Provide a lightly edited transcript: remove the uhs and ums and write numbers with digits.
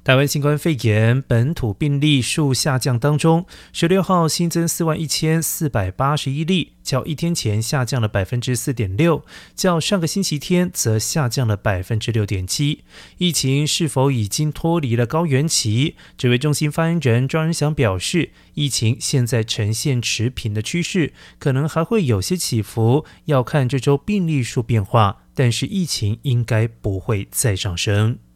台湾新冠肺炎本土病例数下降当中，16号新增41481例，较一天前下降了 4.6%， 较上个星期天则下降了 6.7%。疫情是否已经脱离了高原期？指挥中心发言人庄人祥表示，疫情现在呈现持平的趋势，可能还会有些起伏，要看这周病例数变化，但是疫情应该不会再上升。